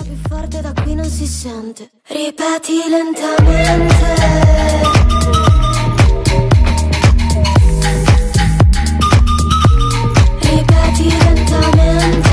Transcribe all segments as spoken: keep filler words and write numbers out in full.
Più forte da qui non si sente. Ripeti lentamente. Ripeti lentamente.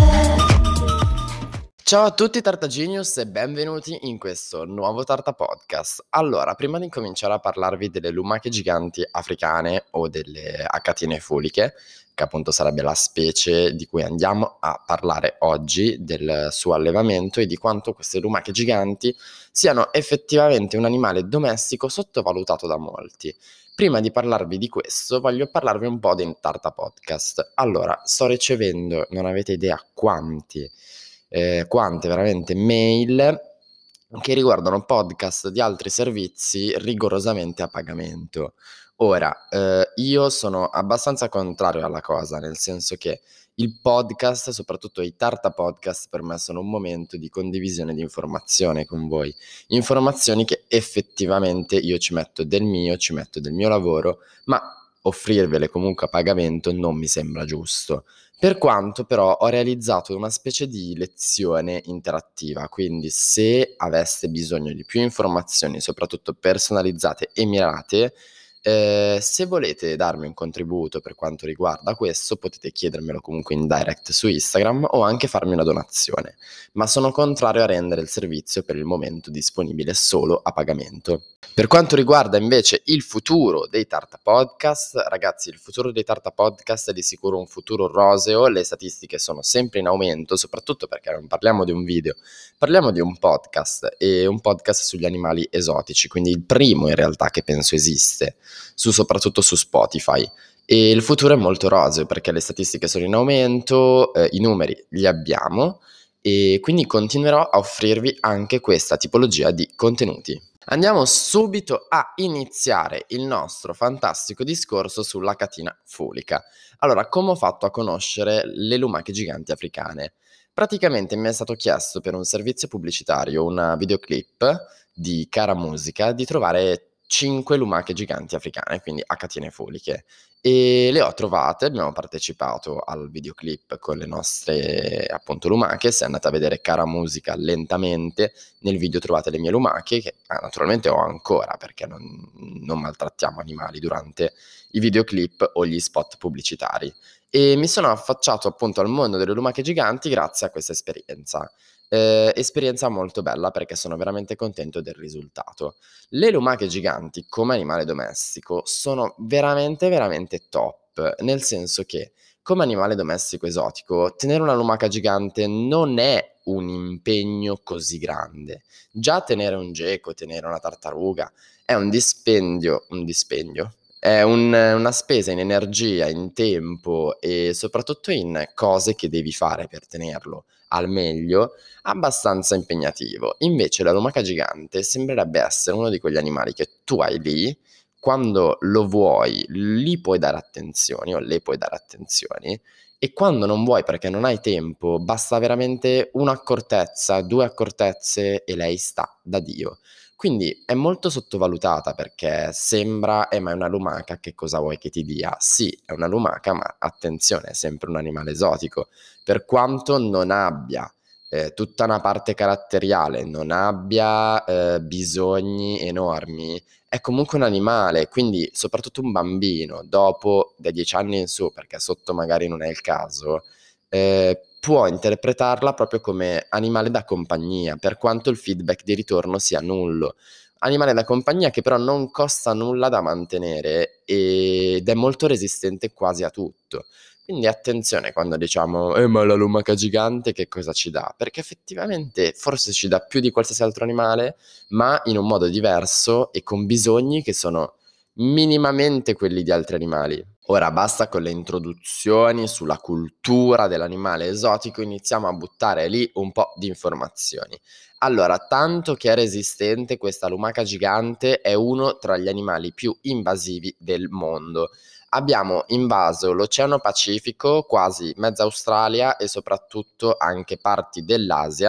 Ciao a tutti Tartagenius e benvenuti in questo nuovo Tarta Podcast. Allora, prima di cominciare a parlarvi delle lumache giganti africane o delle acatine fuliche, che appunto sarebbe la specie di cui andiamo a parlare oggi, del suo allevamento e di quanto queste lumache giganti siano effettivamente un animale domestico sottovalutato da molti. Prima di parlarvi di questo, voglio parlarvi un po' del Tarta Podcast. Allora, sto ricevendo, non avete idea quanti Eh, quante veramente mail che riguardano podcast di altri servizi rigorosamente a pagamento. Ora, eh, io sono abbastanza contrario alla cosa, nel senso che il podcast, soprattutto i Tarta Podcast, per me sono un momento di condivisione di informazione con voi, informazioni che effettivamente io ci metto del mio, ci metto del mio lavoro, ma offrirvele comunque a pagamento non mi sembra giusto. Per quanto però ho realizzato una specie di lezione interattiva, quindi se aveste bisogno di più informazioni, soprattutto personalizzate e mirate, eh, se volete darmi un contributo per quanto riguarda questo, potete chiedermelo comunque in direct su Instagram o anche farmi una donazione, ma sono contrario a rendere il servizio per il momento disponibile solo a pagamento. Per quanto riguarda invece il futuro dei Tarta Podcast, ragazzi, il futuro dei Tarta Podcast è di sicuro un futuro roseo, le statistiche sono sempre in aumento, soprattutto perché non parliamo di un video, parliamo di un podcast e un podcast sugli animali esotici, quindi il primo in realtà che penso esiste, su, soprattutto su Spotify. E il futuro è molto roseo perché le statistiche sono in aumento, eh, i numeri li abbiamo e quindi continuerò a offrirvi anche questa tipologia di contenuti. Andiamo subito a iniziare il nostro fantastico discorso sulla catina fulica. Allora, come ho fatto a conoscere le lumache giganti africane? Praticamente mi è stato chiesto per un servizio pubblicitario, una videoclip di Cara Musica, di trovare cinque lumache giganti africane, quindi a catene fuliche. E le ho trovate, abbiamo partecipato al videoclip con le nostre appunto lumache. Se andate a vedere Cara Musica lentamente, nel video trovate le mie lumache, che ah, naturalmente ho ancora perché non, non maltrattiamo animali durante i videoclip o gli spot pubblicitari. E mi sono affacciato appunto al mondo delle lumache giganti grazie a questa esperienza. Eh, esperienza molto bella perché sono veramente contento del risultato. Le lumache giganti come animale domestico sono veramente veramente top, nel senso che come animale domestico esotico tenere una lumaca gigante non è un impegno così grande. Già tenere un geco, tenere una tartaruga è un dispendio, un dispendio. È un, una spesa in energia, in tempo e soprattutto in cose che devi fare per tenerlo al meglio, abbastanza impegnativo. Invece la lumaca gigante sembrerebbe essere uno di quegli animali che tu hai lì, quando lo vuoi, gli puoi dare attenzioni o le puoi dare attenzioni, e quando non vuoi perché non hai tempo, basta veramente un'accortezza, due accortezze e lei sta da Dio. Quindi è molto sottovalutata perché sembra, eh ma è una lumaca, che cosa vuoi che ti dia? Sì, è una lumaca, ma attenzione, è sempre un animale esotico. Per quanto non abbia eh, tutta una parte caratteriale, non abbia eh, bisogni enormi, è comunque un animale, quindi soprattutto un bambino, dopo dai dieci anni in su, perché sotto magari non è il caso, eh, può interpretarla proprio come animale da compagnia, per quanto il feedback di ritorno sia nullo. Animale da compagnia che però non costa nulla da mantenere ed è molto resistente quasi a tutto. Quindi attenzione quando diciamo eh ma la lumaca gigante che cosa ci dà? Perché effettivamente forse ci dà più di qualsiasi altro animale, ma in un modo diverso e con bisogni che sono minimamente quelli di altri animali. Ora basta con le introduzioni sulla cultura dell'animale esotico, iniziamo a buttare lì un po' di informazioni. Allora, tanto che è resistente, questa lumaca gigante è uno tra gli animali più invasivi del mondo. Abbiamo invaso l'Oceano Pacifico, quasi mezza Australia e soprattutto anche parti dell'Asia,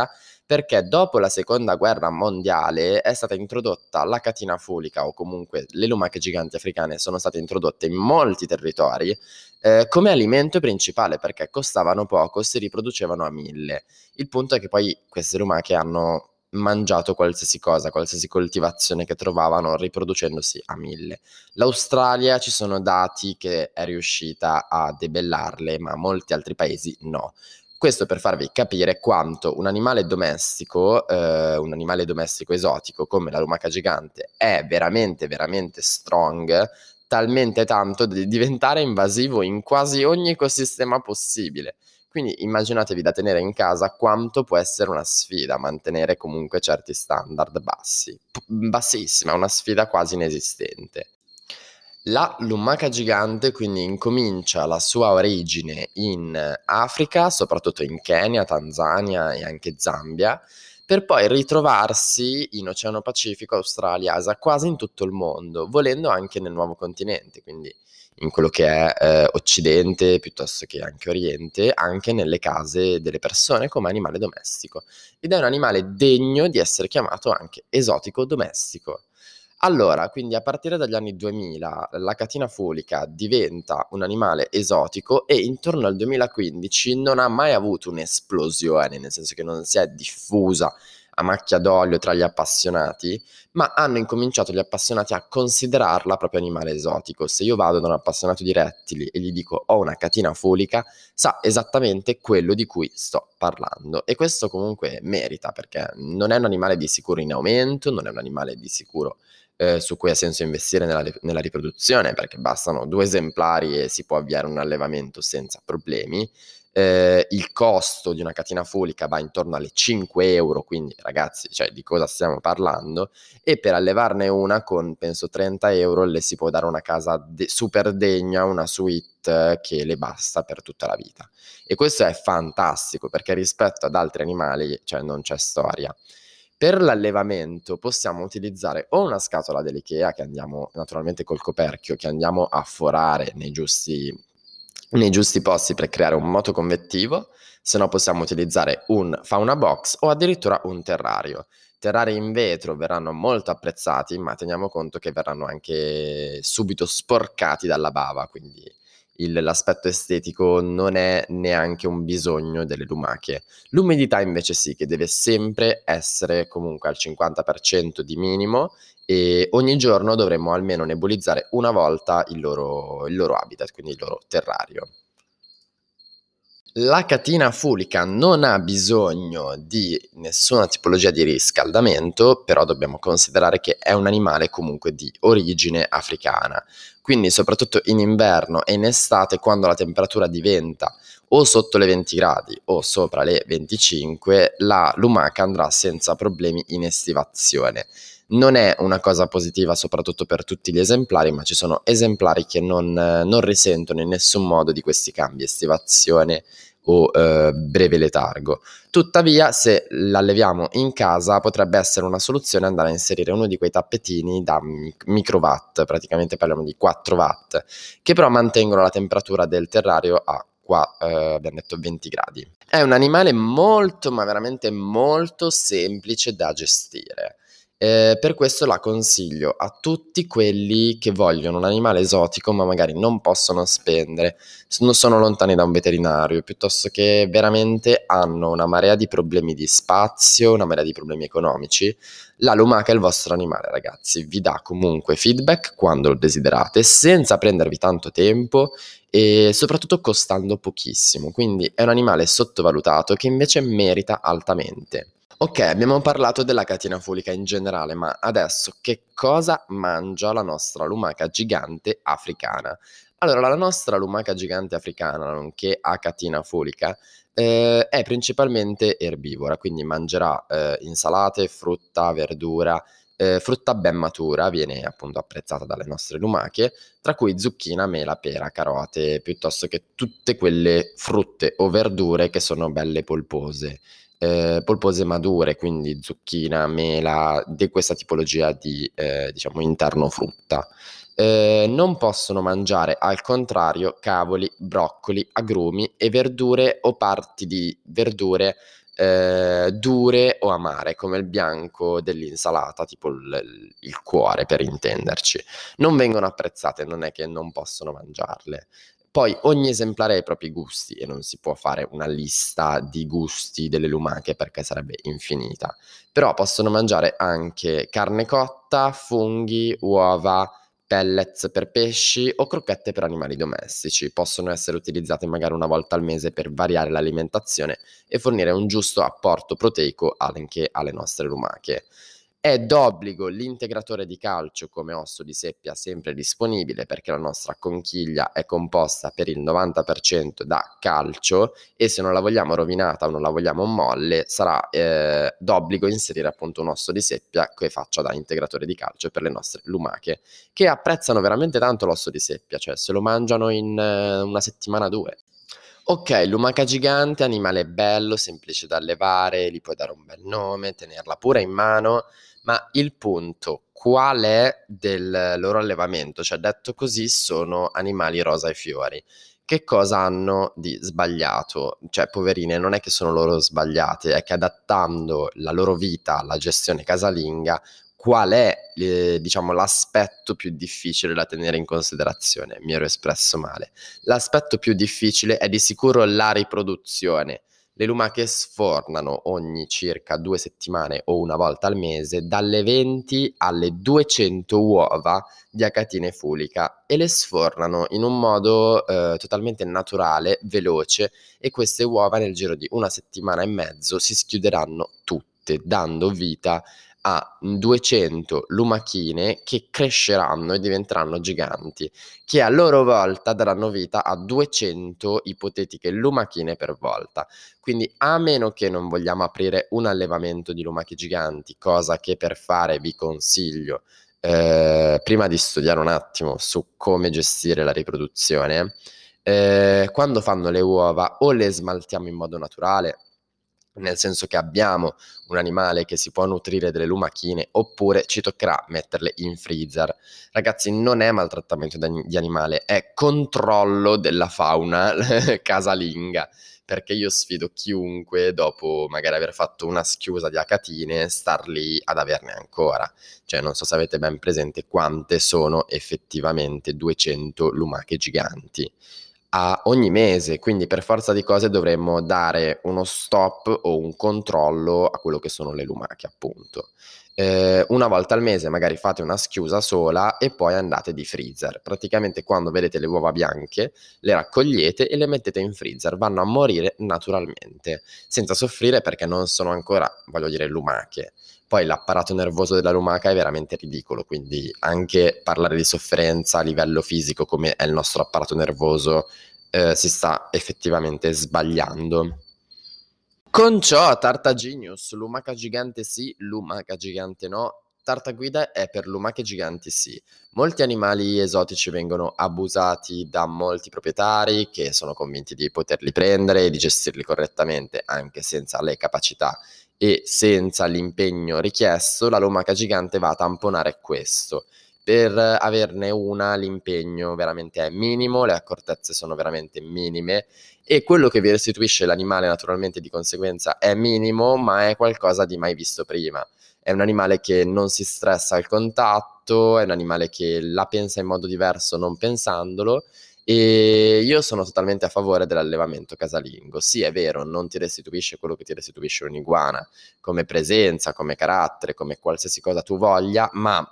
perché dopo la seconda guerra mondiale è stata introdotta la catina fulica, o comunque le lumache giganti africane sono state introdotte in molti territori eh, come alimento principale, perché costavano poco, si riproducevano a mille. Il punto è che poi queste lumache hanno mangiato qualsiasi cosa, qualsiasi coltivazione che trovavano, riproducendosi a mille. L'Australia ci sono dati che è riuscita a debellarle, ma molti altri paesi no. Questo per farvi capire quanto un animale domestico, eh, un animale domestico esotico come la lumaca gigante è veramente, veramente strong, talmente tanto da diventare invasivo in quasi ogni ecosistema possibile. Quindi immaginatevi da tenere in casa quanto può essere una sfida mantenere comunque certi standard bassi, P- bassissima, una sfida quasi inesistente. La lumaca gigante quindi incomincia la sua origine in Africa, soprattutto in Kenya, Tanzania e anche Zambia, per poi ritrovarsi in Oceano Pacifico, Australia, Asia, quasi in tutto il mondo, volendo anche nel nuovo continente, quindi in quello che è eh, Occidente piuttosto che anche Oriente, anche nelle case delle persone come animale domestico. Ed è un animale degno di essere chiamato anche esotico domestico. Allora, quindi a partire dagli anni duemila la catina fulica diventa un animale esotico e intorno al duemilaquindici non ha mai avuto un'esplosione, nel senso che non si è diffusa a macchia d'olio tra gli appassionati, ma hanno incominciato gli appassionati a considerarla proprio animale esotico. Se io vado da un appassionato di rettili e gli dico ho una catina fulica, sa esattamente quello di cui sto parlando, e questo comunque merita, perché non è un animale di sicuro in aumento, non è un animale di sicuro eh, su cui ha senso investire nella, nella riproduzione, perché bastano due esemplari e si può avviare un allevamento senza problemi. Eh, il costo di una catina fulica va intorno alle cinque euro, quindi ragazzi, cioè, di cosa stiamo parlando? E per allevarne una con penso trenta euro le si può dare una casa de- super degna, una suite che le basta per tutta la vita. E questo è fantastico, perché rispetto ad altri animali, cioè, non c'è storia. Per l'allevamento possiamo utilizzare o una scatola dell'IKEA, che andiamo naturalmente col coperchio, che andiamo a forare nei giusti, nei giusti posti per creare un moto convettivo, se no possiamo utilizzare un fauna box o addirittura un terrario. Terrari in vetro verranno molto apprezzati, ma teniamo conto che verranno anche subito sporcati dalla bava, quindi il- l'aspetto estetico non è neanche un bisogno delle lumache. L'umidità invece sì, che deve sempre essere comunque al cinquanta per cento di minimo, e ogni giorno dovremmo almeno nebulizzare una volta il loro, il loro habitat, quindi il loro terrario. La catina fulica non ha bisogno di nessuna tipologia di riscaldamento, però dobbiamo considerare che è un animale comunque di origine africana, quindi soprattutto in inverno e in estate, quando la temperatura diventa o sotto le venti gradi o sopra le venticinque, la lumaca andrà senza problemi in estivazione. Non è una cosa positiva soprattutto per tutti gli esemplari, ma ci sono esemplari che non, non risentono in nessun modo di questi cambi, estivazione o eh, breve letargo. Tuttavia, se l'alleviamo in casa, potrebbe essere una soluzione andare a inserire uno di quei tappetini da mic- microwatt, praticamente parliamo di quattro watt, che però mantengono la temperatura del terrario a qua, eh, abbiamo detto venti gradi. È un animale molto, ma veramente molto semplice da gestire. Eh, per questo la consiglio a tutti quelli che vogliono un animale esotico ma magari non possono spendere, sono, sono lontani da un veterinario, piuttosto che veramente hanno una marea di problemi di spazio, una marea di problemi economici. La lumaca è il vostro animale, ragazzi, vi dà comunque feedback quando lo desiderate, senza prendervi tanto tempo e soprattutto costando pochissimo, quindi è un animale sottovalutato che invece merita altamente. Ok, abbiamo parlato della catena fulica in generale, ma adesso che cosa mangia la nostra lumaca gigante africana? Allora, la nostra lumaca gigante africana, nonché a catena fulica, eh, è principalmente erbivora, quindi mangerà eh, insalate, frutta, verdura, eh, frutta ben matura, viene appunto apprezzata dalle nostre lumache, tra cui zucchina, mela, pera, carote, piuttosto che tutte quelle frutte o verdure che sono belle polpose eh, polpose madure, quindi zucchina, mela, di questa tipologia di eh, diciamo interno frutta. Eh, non possono mangiare al contrario cavoli, broccoli, agrumi e verdure o parti di verdure eh, dure o amare, come il bianco dell'insalata, tipo il, il cuore per intenderci. Non vengono apprezzate, non è che non possono mangiarle. Poi ogni esemplare ha i propri gusti e non si può fare una lista di gusti delle lumache perché sarebbe infinita. Però possono mangiare anche carne cotta, funghi, uova, pellets per pesci o crocchette per animali domestici. Possono essere utilizzate magari una volta al mese per variare l'alimentazione e fornire un giusto apporto proteico anche alle nostre lumache. È d'obbligo l'integratore di calcio come osso di seppia sempre disponibile, perché la nostra conchiglia è composta per il novanta per cento da calcio e se non la vogliamo rovinata o non la vogliamo molle sarà eh, d'obbligo inserire appunto un osso di seppia che faccia da integratore di calcio per le nostre lumache, che apprezzano veramente tanto l'osso di seppia, cioè se lo mangiano in eh, una settimana o due. Ok, lumaca gigante, animale bello, semplice da allevare, gli puoi dare un bel nome, tenerla pure in mano, ma il punto qual è del loro allevamento? Cioè, detto così, sono animali rosa e fiori. Che cosa hanno di sbagliato? Cioè, poverine, non è che sono loro sbagliate, è che adattando la loro vita alla gestione casalinga, qual è, eh, diciamo, l'aspetto più difficile da tenere in considerazione? Mi ero espresso male. L'aspetto più difficile è di sicuro la riproduzione. Le lumache sfornano ogni circa due settimane o una volta al mese dalle venti alle duecento uova di acatine fulica e le sfornano in un modo eh, totalmente naturale, veloce, e queste uova nel giro di una settimana e mezzo si schiuderanno tutte, dando vita a duecento lumachine che cresceranno e diventeranno giganti, che a loro volta daranno vita a duecento ipotetiche lumachine per volta. Quindi a meno che non vogliamo aprire un allevamento di lumache giganti, cosa che per fare vi consiglio eh, prima di studiare un attimo su come gestire la riproduzione, eh, quando fanno le uova o le smaltiamo in modo naturale, nel senso che abbiamo un animale che si può nutrire delle lumachine, oppure ci toccherà metterle in freezer. Ragazzi, non è maltrattamento di animale, è controllo della fauna casalinga, perché io sfido chiunque, dopo magari aver fatto una schiusa di acatine, star lì ad averne ancora. Cioè, non so se avete ben presente quante sono effettivamente duecento lumache giganti a ogni mese, quindi per forza di cose dovremmo dare uno stop o un controllo a quello che sono le lumache, appunto. Eh, una volta al mese magari fate una schiusa sola e poi andate di freezer. Praticamente quando vedete le uova bianche le raccogliete e le mettete in freezer, vanno a morire naturalmente, senza soffrire perché non sono ancora, voglio dire, lumache. Poi l'apparato nervoso della lumaca è veramente ridicolo, quindi anche parlare di sofferenza a livello fisico come è il nostro apparato nervoso eh, si sta effettivamente sbagliando. Con ciò, Tarta Genius, lumaca gigante sì, lumaca gigante no. Tartaguida è per lumache giganti sì. Molti animali esotici vengono abusati da molti proprietari che sono convinti di poterli prendere e di gestirli correttamente, anche senza le capacità e senza l'impegno richiesto. La lumaca gigante va a tamponare questo. Per averne una l'impegno veramente è minimo, le accortezze sono veramente minime e quello che vi restituisce l'animale naturalmente di conseguenza è minimo, ma è qualcosa di mai visto prima. È un animale che non si stressa al contatto, è un animale che la pensa in modo diverso non pensandolo, e io sono totalmente a favore dell'allevamento casalingo. Sì, è vero, non ti restituisce quello che ti restituisce un'iguana, come presenza, come carattere, come qualsiasi cosa tu voglia, ma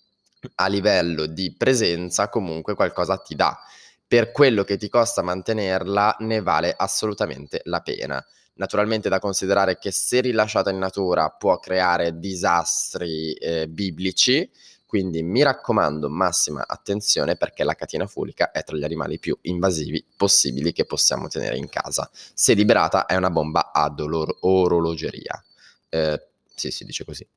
a livello di presenza comunque qualcosa ti dà. Per quello che ti costa mantenerla ne vale assolutamente la pena. Naturalmente da considerare che se rilasciata in natura può creare disastri eh, biblici, quindi mi raccomando massima attenzione perché la catena fulica è tra gli animali più invasivi possibili che possiamo tenere in casa. Se liberata è una bomba ad olor- orologeria. Eh, sì, si dice così.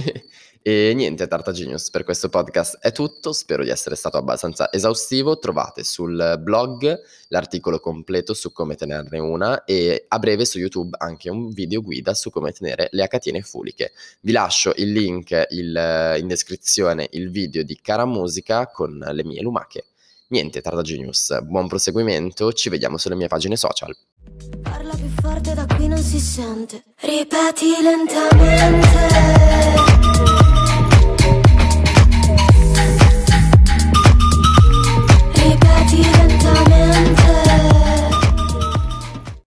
E niente, Tarta Genius, per questo podcast è tutto, spero di essere stato abbastanza esaustivo. Trovate sul blog l'articolo completo su come tenerne una e a breve su YouTube anche un video guida su come tenere le acatine fuliche. Vi lascio il link il, in descrizione, il video di Cara Musica con le mie lumache. Niente, Tarta Genius, buon proseguimento, ci vediamo sulle mie pagine social. Parla più forte, da qui non si sente. Ripeti lentamente.